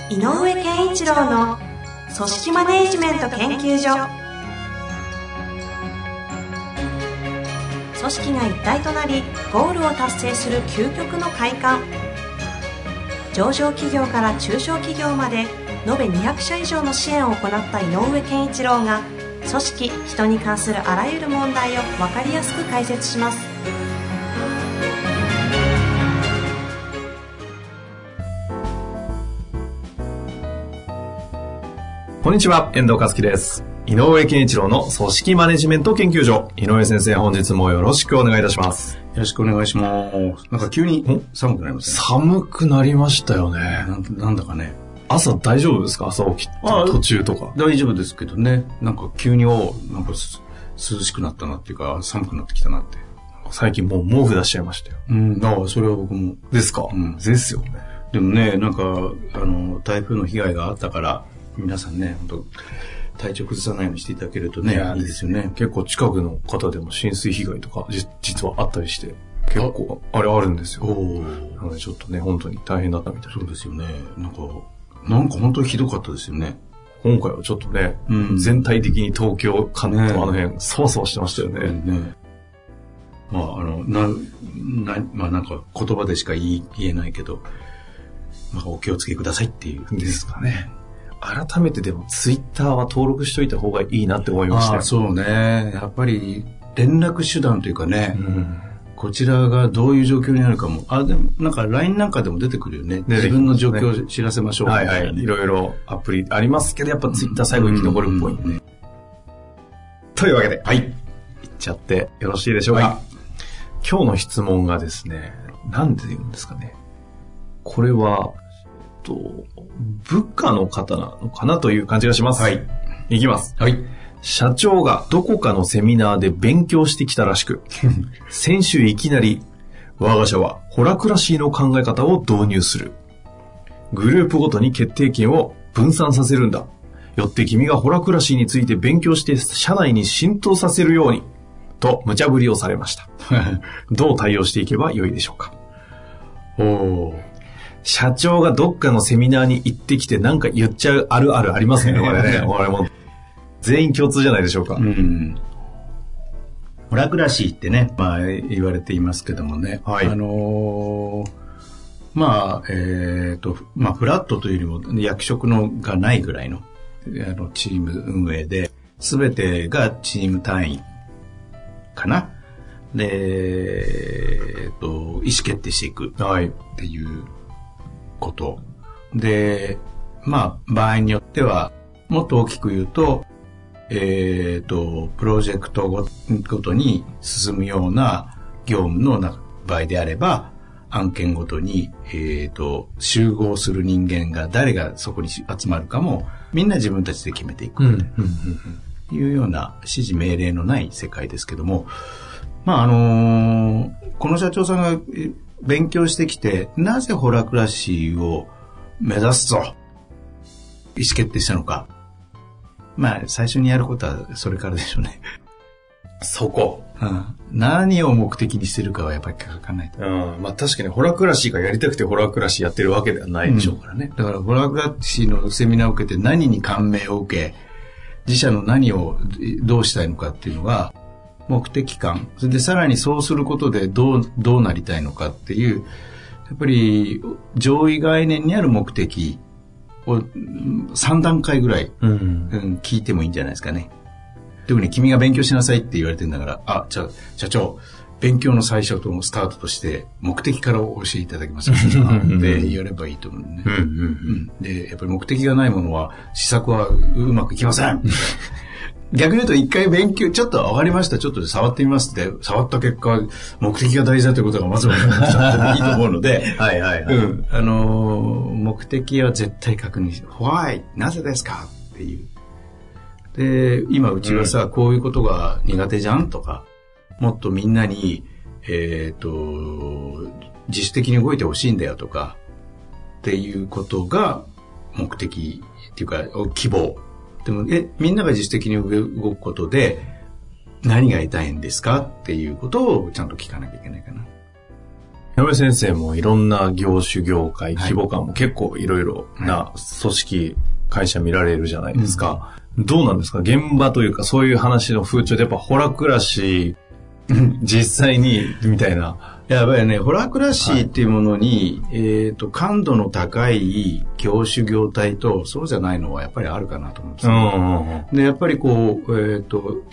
井上健一郎の組織マネジメント研究所。組織が一体となりゴールを達成する究極の快感。上場企業から中小企業まで延べ200社以上の支援を行った井上健一郎が、組織・人に関するあらゆる問題を分かりやすく解説します。 こんにちは、遠藤和樹です。井上健一郎の組織マネジメント研究所。井上先生、本日もよろしくお願いいたします。 よろしくお願いします。なんか急に寒くなりましたね。 寒くなりましたよね。 なんだかね。 朝大丈夫ですか？朝起きて途中とか。 大丈夫ですけどね。なんか急になんか涼しくなったなっていうか、寒くなってきたなって。 最近もう毛布出しちゃいましたよ。 それは僕も。 ですか？ですよね。 でもね、なんか、台風の被害があったから、皆さんね、本当体調崩さないようにしていただけるとね、いいですよね。 結構近くの方でも浸水被害とか実はあったりして、結構あるんですよ。なのでちょっとね、本当に大変だったみたいな。 そうですよね。なんか本当にひどかったですよね。 今回はちょっとね、全体的に東京、関東あの辺、そわそわしてましたよね。 なんか言葉でしか言えないけど、お気をつけくださいっていう。 ですかね。改めてでもツイッターは登録しといた方がいいなって思いましたよ。 そうね。やっぱり連絡手段というかね、こちらがどういう状況にあるかも。でもなんか LINE なんかでも出てくるよね。自分の状況を知らせましょう、ね。 はい。いろいろアプリありますけど、やっぱツイッター最後に生き残るっぽいね。というわけで、いっちゃってよろしいでしょうか。今日の質問がですね、なんて言うんですかね。これは、部下の方なのかなという感じがします。いきます。社長がどこかのセミナーで勉強してきたらしく、先週いきなり、我が社はホラクラシーの考え方を導入する。グループごとに決定権を分散させるんだ。よって君がホラクラシーについて勉強して社内に浸透させるように、と無茶ぶりをされました。どう対応していけばよいでしょうか。社長がどっかのセミナーに行ってきてなんか言っちゃうあるありますね、これね。俺も全員共通じゃないでしょうか。 ホラクラシーってね、言われていますけどもね。フラットというよりも役職のがないぐらいのチーム運営で、すべてがチーム単位かな。で、意思決定していくっていうことで、場合によってはもっと大きく言うと、プロジェクトごとに進むような業務の場合であれば、案件ごとに、集合する人間が誰がそこに集まるかもみんな自分たちで決めていくというような指示命令のない世界ですけども、この社長さんが勉強してきて、なぜホラクラシーを目指すぞ意思決定したのか。最初にやることはそれからでしょうね。 そこ。 何を目的にしてるかはやっぱり書かないと。 確かにホラクラシーがやりたくてホラクラシーやってるわけではないでしょうからね。 だからホラクラシーのセミナーを受けて何に感銘を受け、自社の何をどうしたいのかっていうのが目的感。それでさらにそうすることでどうなりたいのかっていう、やっぱり上位概念にある目的を3段階ぐらい、聞いてもいいんじゃないですかね。特に君が勉強しなさいって言われてるんだから、じゃあ社長、勉強の最初とスタートとして目的からお教えいただきますでやればいいと思うね。で、やっぱり目的がないものは施策はうまくいきません。逆に言うと一回勉強、ちょっと上がりました、ちょっと触ってみますって、触った結果、目的が大事だということがまず分かっていいと思うので、目的は絶対確認して、Why? なぜですかっていう。で、今うちはさ、こういうことが苦手じゃんとか、もっとみんなに、自主的に動いてほしいんだよとか、っていうことが目的っていうか、希望。でもみんなが自主的に動くことで何が得たいんですかっていうことをちゃんと聞かなきゃいけないかな。 山部先生もいろんな業種業界、規模感も結構いろいろな組織、会社見られるじゃないですか。どうなんですか現場というかそういう話の風潮でやっぱホラクラシー実際にみたいな。 やばいね、ホラクラシーっていうものに、感度の高い業種業態とそうじゃないのはやっぱりあるかなと思うんですよ。で、やっぱりこう、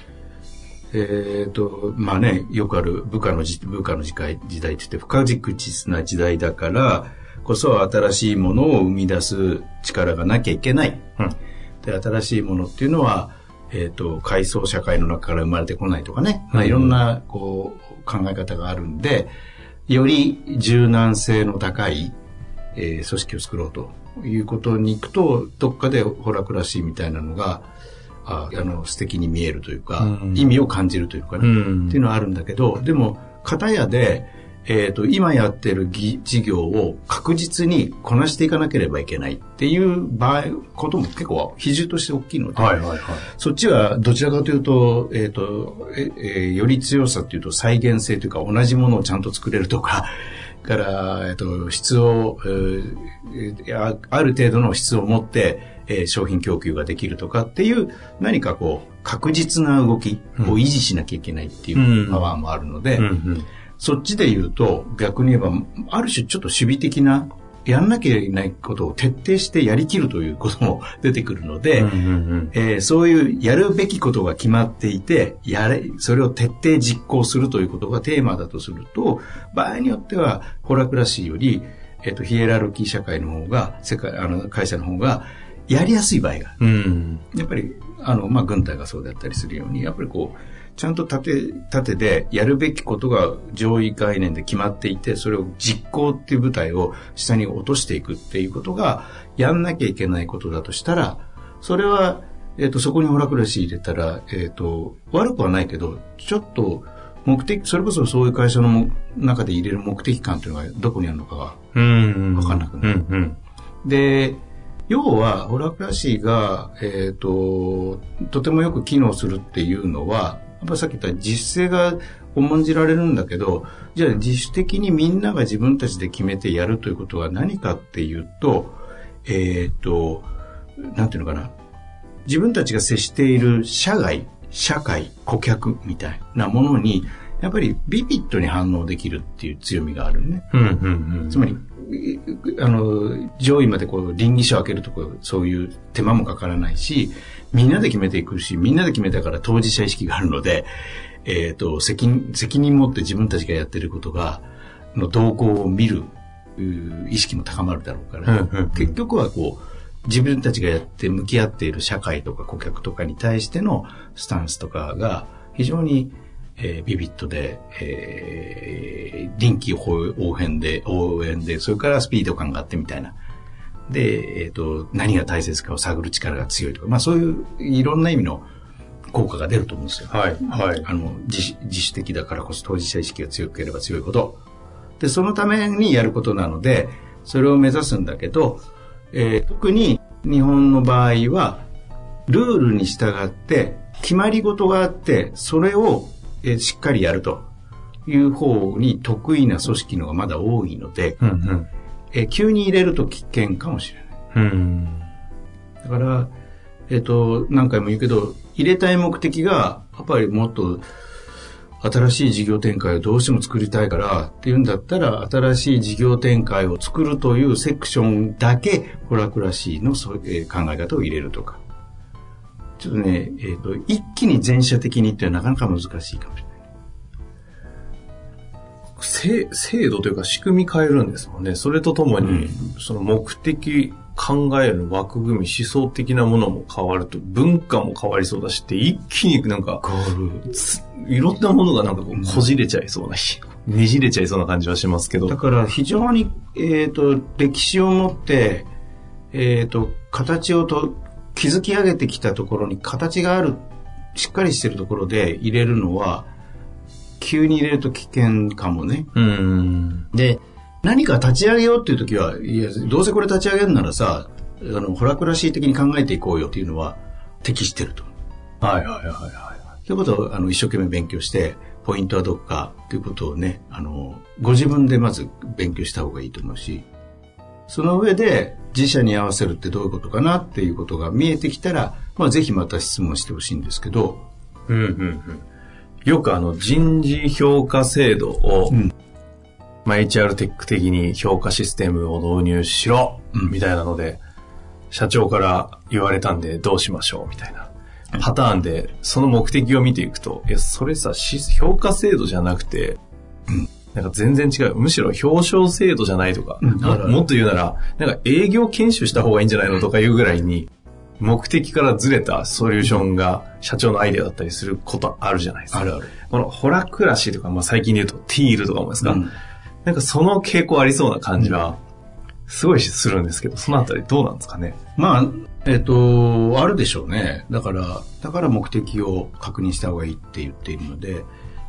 まあね、よくある部下の時代って言って不可実な時代だからこそ新しいものを生み出す力がなきゃいけない。で、新しいものっていうのは、階層社会の中から生まれてこないとかね、まあ、いろんなこう考え方があるんで、より柔軟性の高い、組織を作ろうということに行くと、どっかでホラクラシーみたいなのが素敵に見えるというか、意味を感じるというかね、っていうのはあるんだけど、でも片やで今やってる事業を確実にこなしていかなければいけないっていうことも結構比重として大きいので、そっちはどちらかというと、より強さというと再現性というか同じものをちゃんと作れるとか、から、質を、ある程度の質を持って、商品供給ができるとかっていう何かこう確実な動きを維持しなきゃいけないっていうパワーもあるので、そっちで言うと逆に言えばある種ちょっと守備的なやんなきゃいけないことを徹底してやりきるということも出てくるので、そういうやるべきことが決まっていてそれを徹底実行するということがテーマだとすると、場合によってはホラクラシーより、ヒエラルキー社会の方が会社の方がやりやすい場合がある。やっぱりまあ、軍隊がそうだったりするように、やっぱりこうちゃんと縦でやるべきことが上位概念で決まっていて、それを実行っていう舞台を下に落としていくっていうことがやんなきゃいけないことだとしたら、それは、そこにホラクラシー入れたら、悪くはないけど、ちょっと目的、それこそそういう会社の中で入れる目的感というのがどこにあるのかが分かんなくなる。で、要はホラクラシーが、とてもよく機能するっていうのは、やっぱりさっき言った実勢が重んじられるんだけど、じゃあ自主的にみんなが自分たちで決めてやるということは何かっていうと、なんていうのかな、自分たちが接している社会、顧客みたいなものにやっぱりビビッドに反応できるっていう強みがあるね。つまり上位までこう倫理書を開けるとこそういう手間もかからないし、みんなで決めていくし、みんなで決めたから当事者意識があるので、責任持って自分たちがやってることの動向を見る意識も高まるだろうから、結局はこう自分たちがやって向き合っている社会とか顧客とかに対してのスタンスとかが非常にビビッドで、臨機応変で、それからスピード感があってみたいな。で、何が大切かを探る力が強いとか、まあそういういろんな意味の効果が出ると思うんですよ。自主的だからこそ当事者意識が強ければ強いほど。で、そのためにやることなので、それを目指すんだけど、特に日本の場合は、ルールに従って決まり事があって、それをしっかりやるという方に得意な組織のがまだ多いので、急に入れると危険かもしれない。だから、何回も言うけど、入れたい目的が、やっぱりもっと新しい事業展開をどうしても作りたいからっていうんだったら、新しい事業展開を作るというセクションだけ、ホラクラシーの考え方を入れるとか。ちょっとね、一気に全社的にってなかなか難しいかもしれない。 制度というか仕組み変えるんですもんね。それとともに、その目的、考える枠組み、思想的なものも変わると、文化も変わりそうだしって、一気になんか、いろんなものがなんかこじれちゃいそうな、ねじれちゃいそうな感じはしますけど。 だから非常に、歴史を持って、形を築き上げてきたところに形がある、しっかりしてるところで入れるのは、急に入れると危険かもね。で、何か立ち上げようっていう時は、いや、どうせこれ立ち上げるならさ、ホラクラシー的に考えていこうよっていうのは適してると。ということを一生懸命勉強して、 ポイントはどこかということをね、ご自分でまず勉強した方がいいと思うし、その上で自社に合わせるってどういうことかなっていうことが見えてきたら、ぜひまた質問してほしいんですけど、 よく人事評価制度を、HR テック的に評価システムを導入しろ、みたいなので、社長から言われたんでどうしましょうみたいなパターンで、その目的を見ていくと、それさ、評価制度じゃなくて、なんか全然違う。むしろ表彰制度じゃないとか、もっと言うなら、なんか営業研修した方がいいんじゃないのとかいうぐらいに、目的からずれたソリューションが社長のアイデアだったりすることあるじゃないですか。 あるある。 このホラクラシーとか、最近で言うとティールとかもですか、なんかその傾向ありそうな感じは、すごいするんですけど、そのあたりどうなんですかね。 あるでしょうね。だから目的を確認した方がいいって言っているので、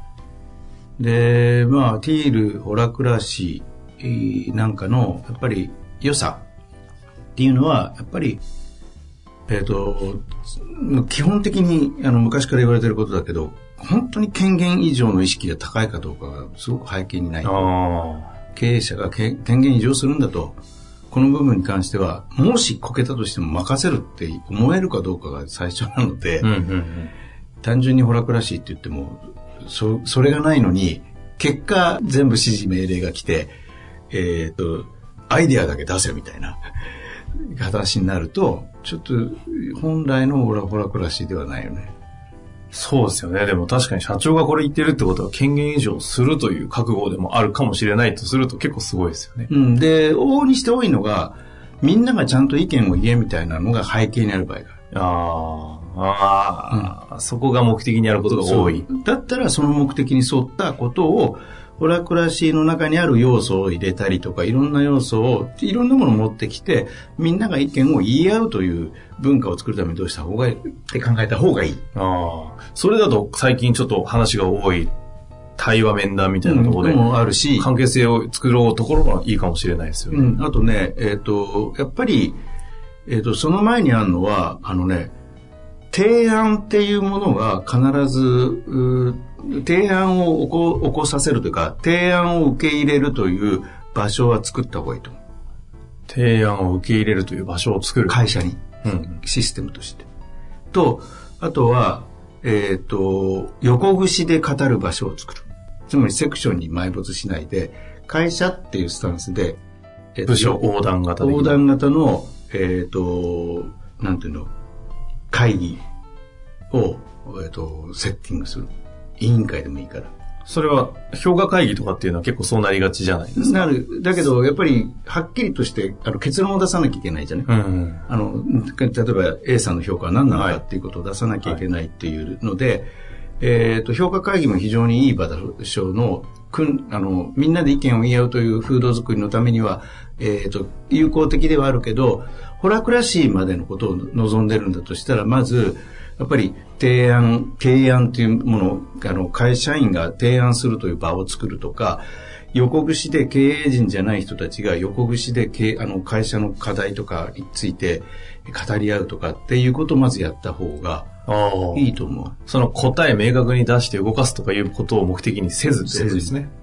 で、ティール、ホラクラシーなんかの、やっぱり良さっていうのは、やっぱり、基本的に、昔から言われていることだけど、本当に権限以上の意識が高いかどうかがすごく背景にない。経営者が権限移譲するんだと、この部分に関しては、もしこけたとしても任せるって思えるかどうかが最初なので、単純にホラクラシーって言っても、それがないのに、結果全部指示命令が来て、アイデアだけ出せみたいな形になると、ちょっと本来のホラクラシーではないよね。 そうですよね。でも確かに社長がこれ言ってるってことは権限移譲するという覚悟でもあるかもしれないとすると結構すごいですよね。 で、往々にして多いのが、みんながちゃんと意見を言えみたいなのが背景にある場合がそこが目的にあることが多い。 だったらその目的に沿ったことを、ホラクラシーの中にある要素を入れたりとか、いろんな要素を、いろんなものを持ってきて、みんなが意見を言い合うという文化を作るためにどうした方がいいって考えた方がいい。 それだと最近ちょっと話が多い対話面談みたいなところで、 もあるし、 関係性を作ろうところがいいかもしれないですよね。 あとね、やっぱり、その前にあるのは、提案っていうものが必ず、提案を起こさせるというか、提案を受け入れるという場所は作った方がいいと思う。 提案を受け入れるという場所を作る。 会社に。システムとして。と、あとは、横串で語る場所を作る。つまりセクションに埋没しないで、会社っていうスタンスで、 部署横断型の、なんていうの、会議を、セッティングする。委員会でもいいから。 それは、評価会議とかっていうのは結構そうなりがちじゃないですか。 なる。だけど、やっぱり、はっきりとして、結論を出さなきゃいけないじゃね。例えば A さんの評価は何なのかっていうことを出さなきゃいけないっていうので、評価会議も非常にいい場所の、みんなで意見を言い合うという風土作りのためには、有効的ではあるけど、ホラクラシーまでのことを望んでるんだとしたら、まず、やっぱり提案というもの、会社員が提案するという場を作るとか、横串で経営陣じゃない人たちが横串で会社の課題とかについて語り合うとかっていうことをまずやった方がいいと思う。 その答え明確に出して動かすとかいうことを目的にせずってことですね。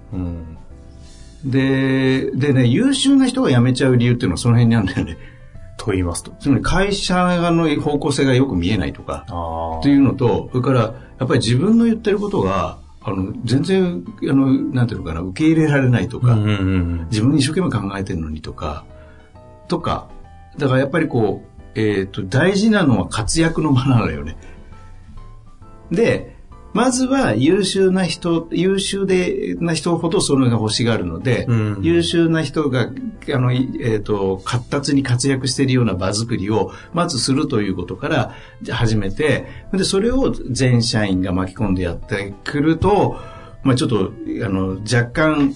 でね、優秀な人が辞めちゃう理由っていうのはその辺にあるんだよね。 と言いますと。 つまり会社の方向性がよく見えないとか、っていうのと、それから、やっぱり自分の言ってることが、全然、なんていうのかな、受け入れられないとか、自分に一生懸命考えてるのにとか、だからやっぱりこう、大事なのは活躍の場なのよね。で、まずは優秀な人ほどそれが欲しがるので、優秀な人が、活発に活躍しているような場作りをまずするということから始めて、で、それを全社員が巻き込んでやってくると、ちょっと、若干、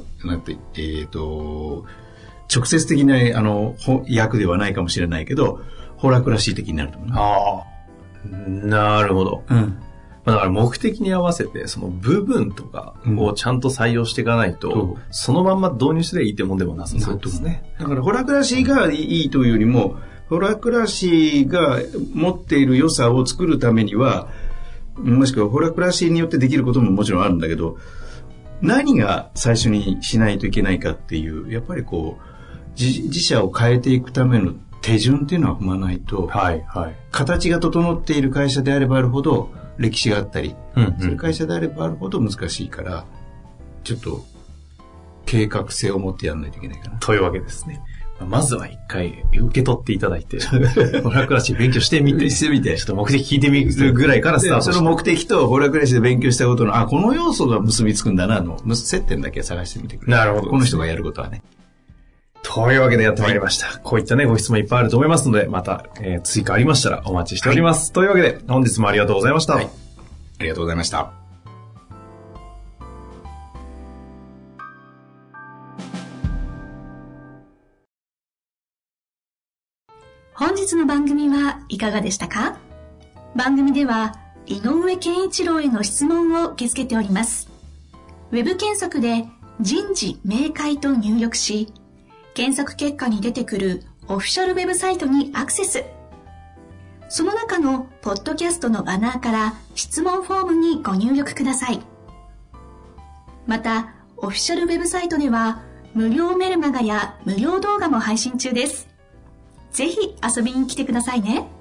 直接的な、役ではないかもしれないけど、ホラクラシー的になると思う。 なるほど。だから目的に合わせてその部分とかをちゃんと採用していかないと、そのまんま導入すればいいってもんでもなさそうですね。 だからホラクラシーがいいというよりも、ホラクラシーが持っている良さを作るためには、 もしくはフォラクラシーによってできることももちろんあるんだけど、何が最初にしないといけないかっていう、やっぱりこう、自社を変えていくための手順っていうのは踏まないと、 はいはい、 形が整っている会社であればあるほど歴史があったり、そういう会社であればあるほど難しいから、ちょっと計画性を持ってやらないといけないかな。 というわけですね。まずは一回受け取っていただいて、フォラクラシー勉強してみて、ちょっと目的聞いてみるぐらいからスタートして。 その目的とフォラクラシーで勉強したことの、この要素が結びつくんだなの、接点だけ探してみてくれ。 なるほど。 この人がやることはね。 というわけでやってまいりました。はい、こういったね、ご質問いっぱいあると思いますので、また、追加ありましたらお待ちしております。はい、というわけで、本日もありがとうございました。はい、 ありがとうございました。 本日の番組はいかがでしたか？番組では井上健一郎への質問を受け付けております。ウェブ検索で人事明快と入力し、検索結果に出てくるオフィシャルウェブサイトにアクセス。その中のポッドキャストのバナーから質問フォームにご入力ください。また、オフィシャルウェブサイトでは無料メルマガや無料動画も配信中です。ぜひ遊びに来てくださいね。